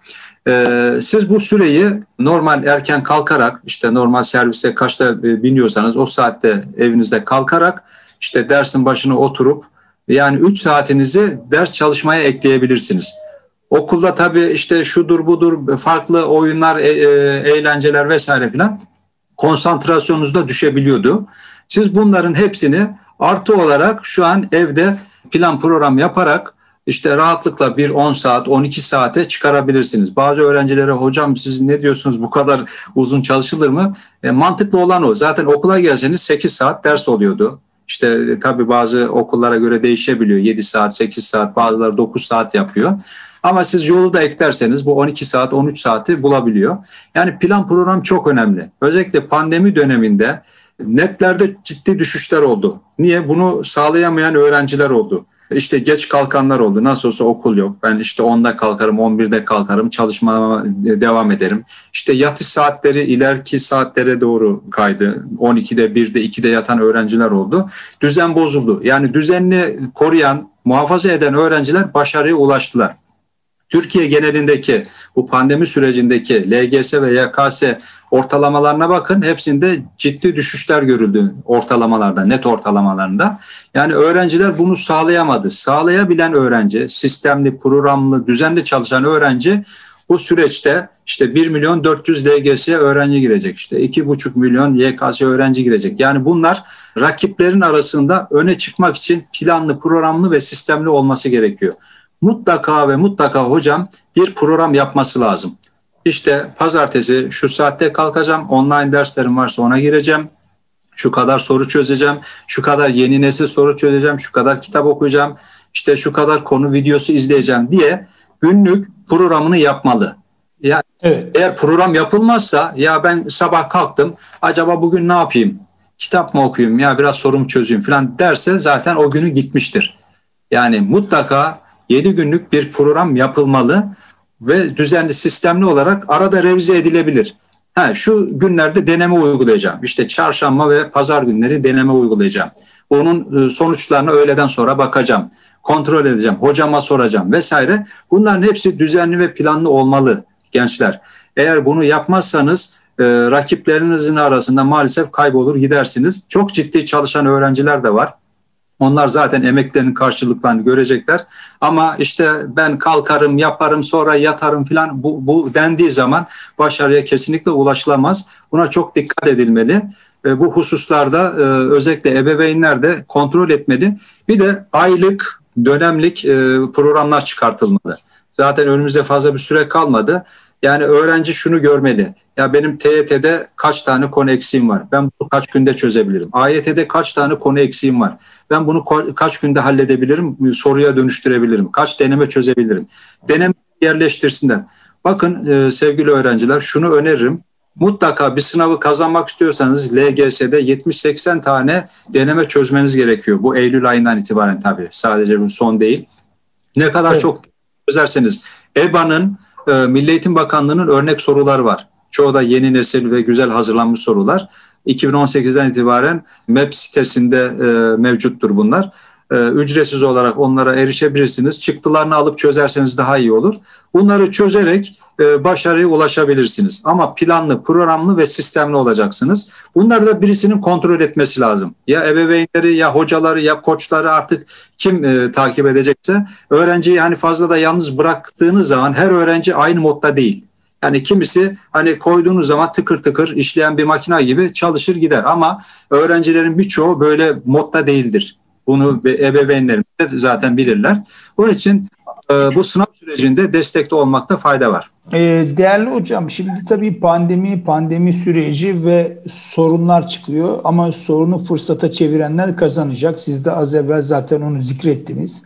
Ee, siz bu süreyi normal erken kalkarak, işte normal servise kaçta biniyorsanız o saatte evinizde kalkarak işte dersin başına oturup yani üç saatinizi ders çalışmaya ekleyebilirsiniz. Okulda tabii işte şudur budur farklı oyunlar, e, e, eğlenceler vesaire filan konsantrasyonunuzda düşebiliyordu. Siz bunların hepsini artı olarak şu an evde plan program yaparak İşte rahatlıkla bir on saat, on iki saate çıkarabilirsiniz. Bazı öğrencilere hocam siz ne diyorsunuz bu kadar uzun çalışılır mı? E, mantıklı olan o. Zaten okula gelseniz sekiz saat ders oluyordu. İşte e, tabii bazı okullara göre değişebiliyor. yedi saat, sekiz saat, bazıları dokuz saat yapıyor. Ama siz yolu da eklerseniz bu on iki saat, on üç saati bulabiliyor. Yani plan program çok önemli. Özellikle pandemi döneminde netlerde ciddi düşüşler oldu. Niye? Bunu sağlayamayan öğrenciler oldu. İşte geç kalkanlar oldu. Nasıl olsa okul yok. Ben işte onda kalkarım, on birde kalkarım, çalışmama devam ederim. İşte yatış saatleri ileriki saatlere doğru kaydı. on ikide, birde, ikide yatan öğrenciler oldu. Düzen bozuldu. Yani düzenli koruyan, muhafaza eden öğrenciler başarıya ulaştılar. Türkiye genelindeki bu pandemi sürecindeki L G S ve Y K S ortalamalarına bakın. Hepsinde ciddi düşüşler görüldü ortalamalarda, net ortalamalarında. Yani öğrenciler bunu sağlayamadı. Sağlayabilen öğrenci, sistemli, programlı, düzenli çalışan öğrenci bu süreçte işte bir milyon dört yüz L G S öğrenci girecek. İşte iki buçuk milyon Y K S öğrenci girecek. Yani bunlar rakiplerin arasında öne çıkmak için planlı, programlı ve sistemli olması gerekiyor. Mutlaka ve mutlaka hocam bir program yapması lazım. İşte pazartesi şu saatte kalkacağım, online derslerim varsa ona gireceğim, şu kadar soru çözeceğim, şu kadar yeni nesil soru çözeceğim, şu kadar kitap okuyacağım, işte şu kadar konu videosu izleyeceğim diye günlük programını yapmalı. Yani evet. Eğer program yapılmazsa ya ben sabah kalktım, acaba bugün ne yapayım, kitap mı okuyayım, ya biraz sorumu çözeyim falan derse zaten o günü gitmiştir. Yani mutlaka yedi günlük bir program yapılmalı ve düzenli, sistemli olarak arada revize edilebilir. Ha, şu günlerde deneme uygulayacağım. İşte çarşamba ve pazar günleri deneme uygulayacağım. Onun sonuçlarına öğleden sonra bakacağım. Kontrol edeceğim, hocama soracağım vesaire. Bunların hepsi düzenli ve planlı olmalı gençler. Eğer bunu yapmazsanız e, rakiplerinizin arasında maalesef kaybolur gidersiniz. Çok ciddi çalışan öğrenciler de var. Onlar zaten emeklerinin karşılıklarını görecekler. Ama işte ben kalkarım, yaparım, sonra yatarım falan bu, bu dendiği zaman başarıya kesinlikle ulaşılamaz. Buna çok dikkat edilmeli. E, bu hususlarda e, özellikle ebeveynler de kontrol etmeli. Bir de aylık, dönemlik e, programlar çıkartılmalı. Zaten önümüzde fazla bir süre kalmadı. Yani öğrenci şunu görmeli. Ya benim T Y T'de kaç tane konu eksiğim var? Ben bunu kaç günde çözebilirim? A Y T'de kaç tane konu eksiğim var? Ben bunu kaç günde halledebilirim? Soruya dönüştürebilirim? Kaç deneme çözebilirim? Deneme yerleştirsinler. Bakın e, sevgili öğrenciler, şunu öneririm. Mutlaka bir sınavı kazanmak istiyorsanız L G S'de yetmiş seksen tane deneme çözmeniz gerekiyor. Bu Eylül ayından itibaren tabii. Sadece bu son değil. Ne kadar evet. çok çözerseniz. E B A'nın, e, Milli Eğitim Bakanlığı'nın örnek sorular var. Çoğu da yeni nesil ve güzel hazırlanmış sorular. iki bin on sekizden itibaren M E P sitesinde e, mevcuttur bunlar. E, ücretsiz olarak onlara erişebilirsiniz. Çıktılarını alıp çözerseniz daha iyi olur. Bunları çözerek e, başarıya ulaşabilirsiniz. Ama planlı, programlı ve sistemli olacaksınız. Bunları da birisinin kontrol etmesi lazım. Ya ebeveynleri, ya hocaları, ya koçları, artık kim e, takip edecekse. Öğrenciyi hani fazla da yalnız bıraktığınız zaman her öğrenci aynı modda değil. Yani kimisi hani koyduğunuz zaman tıkır tıkır işleyen bir makine gibi çalışır gider. Ama öğrencilerin birçoğu böyle modda değildir. Bunu ebeveynlerimiz de zaten bilirler. Onun için e, bu sınav sürecinde destekli olmakta fayda var. E, değerli hocam, şimdi tabii pandemi, pandemi süreci ve sorunlar çıkıyor. Ama sorunu fırsata çevirenler kazanacak. Siz de az evvel zaten onu zikrettiniz.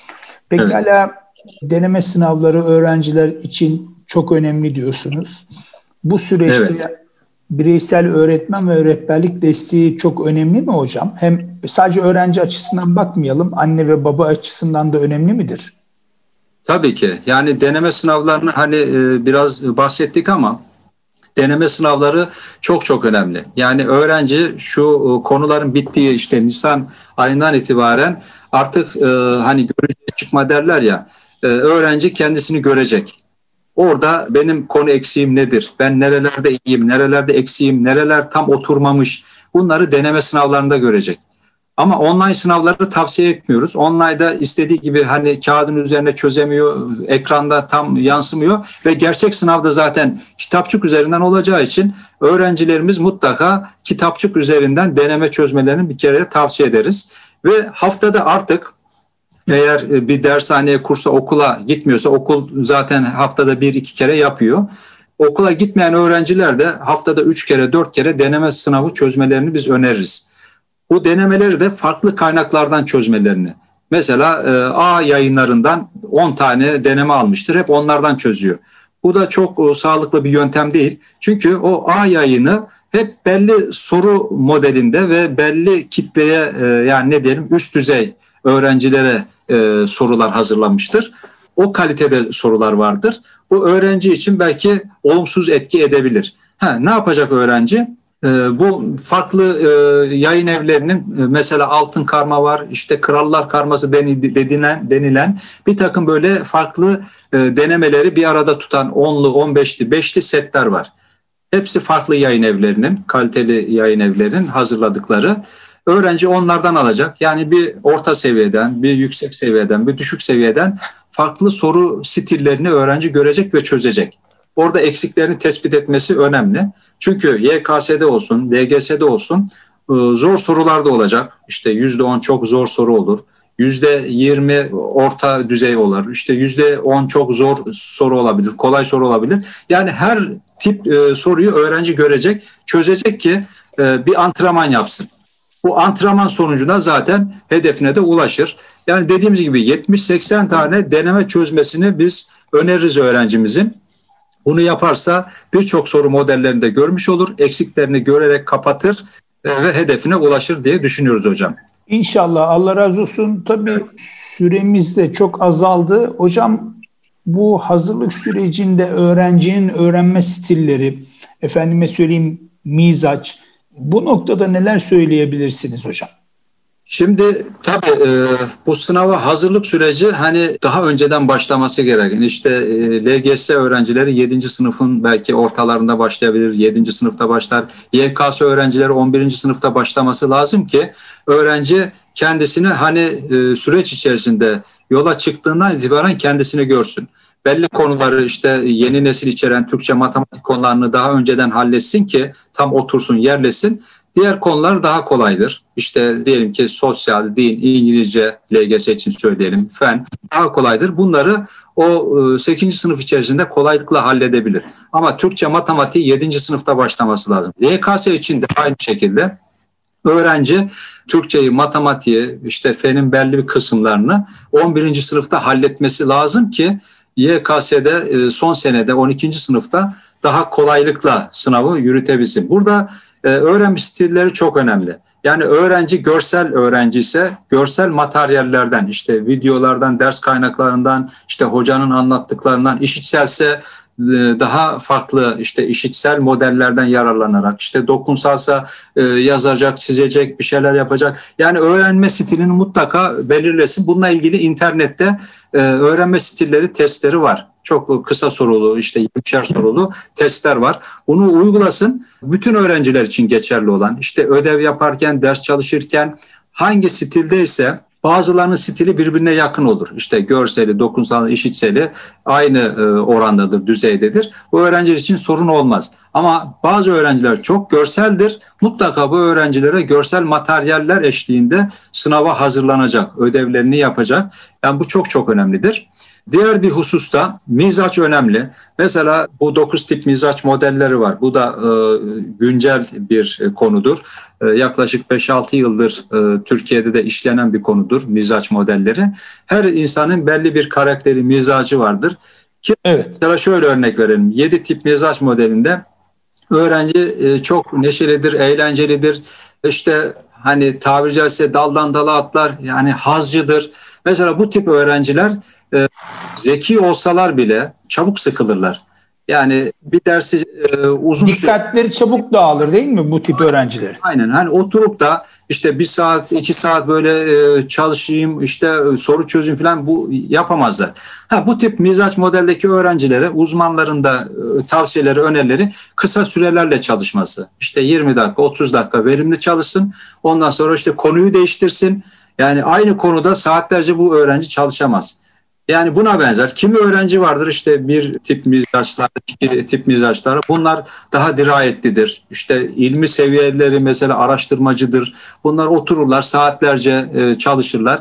Pekala, evet. Deneme sınavları öğrenciler için çok önemli diyorsunuz. Bu süreçte evet. bireysel öğretmen ve rehberlik desteği çok önemli mi hocam? Hem sadece öğrenci açısından bakmayalım, anne ve baba açısından da önemli midir? Tabii ki. Yani deneme sınavlarını hani e, biraz bahsettik ama deneme sınavları çok çok önemli. Yani öğrenci şu e, konuların bittiği işte Nisan ayından itibaren artık e, hani görücüye çıkma derler ya, e, öğrenci kendisini görecek. Orada benim konu eksiğim nedir? Ben nerelerde iyiyim, nerelerde eksiğim, nereler tam oturmamış? Bunları deneme sınavlarında görecek. Ama online sınavları tavsiye etmiyoruz. Online'da istediği gibi hani kağıdın üzerine çözemiyor, ekranda tam yansımıyor ve gerçek sınavda zaten kitapçık üzerinden olacağı için öğrencilerimiz mutlaka kitapçık üzerinden deneme çözmelerini bir kere tavsiye ederiz. Ve haftada artık eğer bir dershaneye, kursa, okula gitmiyorsa, okul zaten haftada bir iki kere yapıyor. Okula gitmeyen öğrenciler de haftada üç kere, dört kere deneme sınavı çözmelerini biz öneririz. Bu denemeleri de farklı kaynaklardan çözmelerini. Mesela e, A yayınlarından on tane deneme almıştır. Hep onlardan çözüyor. Bu da çok o, sağlıklı bir yöntem değil. Çünkü o A yayını hep belli soru modelinde ve belli kitleye e, yani ne diyelim üst düzey öğrencilere e, sorular hazırlamıştır. O kalitede sorular vardır. Bu öğrenci için belki olumsuz etki edebilir. Ha, ne yapacak öğrenci? E, bu farklı e, yayın evlerinin e, mesela Altın Karma var, işte Krallar Karması denilen, denilen bir takım böyle farklı e, denemeleri bir arada tutan onlu, on beşli, beşli setler var. Hepsi farklı yayın evlerinin, kaliteli yayın evlerinin hazırladıkları. Öğrenci onlardan alacak. Yani bir orta seviyeden, bir yüksek seviyeden, bir düşük seviyeden farklı soru stillerini öğrenci görecek ve çözecek. Orada eksiklerini tespit etmesi önemli. Çünkü Y K S'de olsun, L G S'de olsun zor sorular da olacak. İşte yüzde on çok zor soru olur. yüzde yirmi orta düzey olur. İşte yüzde on çok zor soru olabilir, kolay soru olabilir. Yani her tip soruyu öğrenci görecek, çözecek ki bir antrenman yapsın. Bu antrenman sonucunda zaten hedefine de ulaşır. Yani dediğimiz gibi yetmiş seksen tane deneme çözmesini biz öneririz öğrencimizin. Bunu yaparsa birçok soru modellerini de görmüş olur, eksiklerini görerek kapatır ve hedefine ulaşır diye düşünüyoruz hocam. İnşallah, Allah razı olsun. Tabii süremiz de çok azaldı. Hocam, bu hazırlık sürecinde öğrencinin öğrenme stilleri, efendime söyleyeyim mizaç, bu noktada neler söyleyebilirsiniz hocam? Şimdi tabii e, bu sınava hazırlık süreci hani daha önceden başlaması gereken. İşte e, L G S öğrencileri yedinci sınıfın belki ortalarında başlayabilir, yedinci sınıfta başlar. Y K S öğrencileri on birinci sınıfta başlaması lazım ki öğrenci kendisini hani e, süreç içerisinde yola çıktığından itibaren kendisini görsün. Belli konuları işte yeni nesil içeren Türkçe, matematik konularını daha önceden halletsin ki tam otursun, yerleşsin. Diğer konular daha kolaydır. İşte diyelim ki sosyal, din, İngilizce, L G S için söyleyelim, fen daha kolaydır. Bunları o sekizinci sınıf içerisinde kolaylıkla halledebilir. Ama Türkçe, matematiği yedinci sınıfta başlaması lazım. Y K S için de aynı şekilde öğrenci Türkçeyi, matematiği, işte fenin belli bir kısımlarını on birinci sınıfta halletmesi lazım ki Y K S'de son senede on ikinci sınıfta daha kolaylıkla sınavı yürütebilsin. Burada e, öğrenme stilleri çok önemli. Yani öğrenci görsel öğrenci ise görsel materyallerden, işte videolardan, ders kaynaklarından, işte hocanın anlattıklarından, işitselse daha farklı işte işitsel modellerden yararlanarak, işte dokunsalsa e, yazacak, çizecek, bir şeyler yapacak. Yani öğrenme stilini mutlaka belirlesin. Bununla ilgili internette e, öğrenme stilleri testleri var. Çok kısa sorulu, işte yirmişer sorulu testler var. Bunu uygulasın. Bütün öğrenciler için geçerli olan, işte ödev yaparken, ders çalışırken hangi stildeyse bazılarının stili birbirine yakın olur. İşte görseli, dokunsal, işitseli aynı e, orandadır, düzeydedir. Bu öğrenciler için sorun olmaz. Ama bazı öğrenciler çok görseldir. Mutlaka bu öğrencilere görsel materyaller eşliğinde sınava hazırlanacak, ödevlerini yapacak. Yani bu çok çok önemlidir. Diğer bir hususta mizaç önemli. Mesela bu dokuz tip mizaç modelleri var. Bu da e, güncel bir konudur. E, yaklaşık beş altı yıldır e, Türkiye'de de işlenen bir konudur mizaç modelleri. Her insanın belli bir karakteri, mizacı vardır. Ki evet. Mesela şöyle örnek verelim. yedi tip mizaç modelinde öğrenci çok neşelidir, eğlencelidir. İşte hani tabiri caizse daldan dala atlar, yani hazcıdır. Mesela bu tip öğrenciler zeki olsalar bile çabuk sıkılırlar. Yani bir dersi e, uzun dikkatleri süre... çabuk dağılır değil mi bu tip öğrenciler? Aynen. Hani oturup da işte bir saat, iki saat böyle e, çalışayım, işte e, soru çözeyim falan, bu yapamazlar. Ha, bu tip mizaç modeldeki öğrencilere uzmanların da e, tavsiyeleri, önerileri kısa sürelerle çalışması. İşte yirmi dakika, otuz dakika verimli çalışsın. Ondan sonra işte konuyu değiştirsin. Yani aynı konuda saatlerce bu öğrenci çalışamaz. Yani buna benzer. Kimi öğrenci vardır işte bir tip mizaçlar, iki tip mizaçlar. Bunlar daha dirayetlidir. İşte ilmi seviyeleri mesela araştırmacıdır. Bunlar otururlar, saatlerce çalışırlar.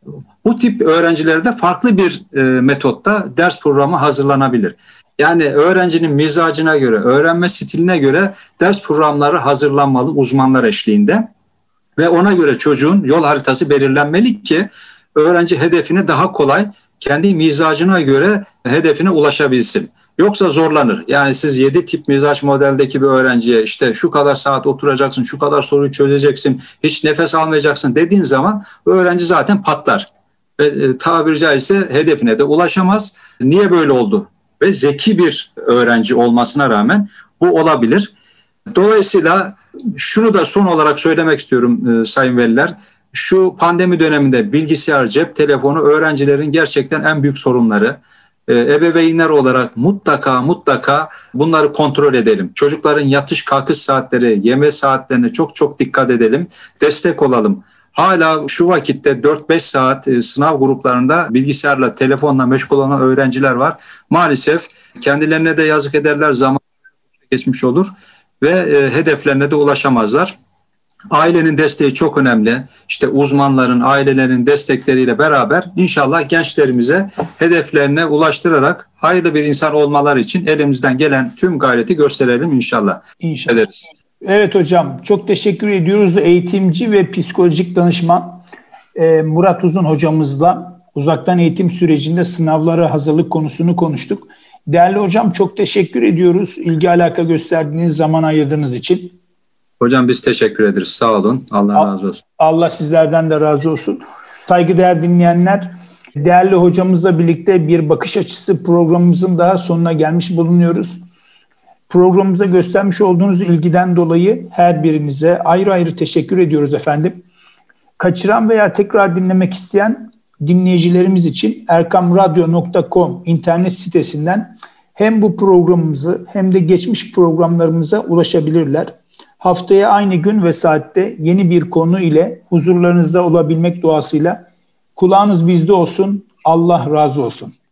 Bu tip öğrencilerde farklı bir metotta ders programı hazırlanabilir. Yani öğrencinin mizacına göre, öğrenme stiline göre ders programları hazırlanmalı uzmanlar eşliğinde. Ve ona göre çocuğun yol haritası belirlenmeli ki öğrenci hedefini daha kolay, kendi mizacına göre hedefine ulaşabilsin. Yoksa zorlanır. Yani siz yedi tip mizaç modeldeki bir öğrenciye işte şu kadar saat oturacaksın, şu kadar soruyu çözeceksin, hiç nefes almayacaksın dediğin zaman öğrenci zaten patlar. Ve e, tabiri caizse hedefine de ulaşamaz. Niye böyle oldu? Ve zeki bir öğrenci olmasına rağmen bu olabilir. Dolayısıyla şunu da son olarak söylemek istiyorum e, sayın veliler. Şu pandemi döneminde bilgisayar, cep telefonu öğrencilerin gerçekten en büyük sorunları. Ee, ebeveynler olarak mutlaka mutlaka bunları kontrol edelim. Çocukların yatış kalkış saatleri, yeme saatlerine çok çok dikkat edelim. Destek olalım. Hala şu vakitte dört beş saat e, sınav gruplarında bilgisayarla, telefonla meşgul olan öğrenciler var. Maalesef kendilerine de yazık ederler, zaman geçmiş olur ve e, hedeflerine de ulaşamazlar. Ailenin desteği çok önemli. İşte uzmanların, ailelerin destekleriyle beraber inşallah gençlerimize hedeflerine ulaştırarak hayırlı bir insan olmaları için elimizden gelen tüm gayreti gösterelim inşallah. İnşallah. Ederiz. Evet hocam, çok teşekkür ediyoruz. Eğitimci ve psikolojik danışman e, Murat Uzun hocamızla uzaktan eğitim sürecinde sınavlara hazırlık konusunu konuştuk. Değerli hocam, çok teşekkür ediyoruz. İlgi alaka gösterdiğiniz, zaman ayırdığınız için. Hocam biz teşekkür ederiz. Sağ olun. Allah razı olsun. Allah sizlerden de razı olsun. Saygıdeğer dinleyenler, değerli hocamızla birlikte bir bakış açısı programımızın daha sonuna gelmiş bulunuyoruz. Programımıza göstermiş olduğunuz ilgiden dolayı her birinize ayrı ayrı teşekkür ediyoruz efendim. Kaçıran veya tekrar dinlemek isteyen dinleyicilerimiz için erkam radyo nokta com internet sitesinden hem bu programımızı hem de geçmiş programlarımıza ulaşabilirler. Haftaya aynı gün ve saatte yeni bir konu ile huzurlarınızda olabilmek duasıyla kulağınız bizde olsun, Allah razı olsun.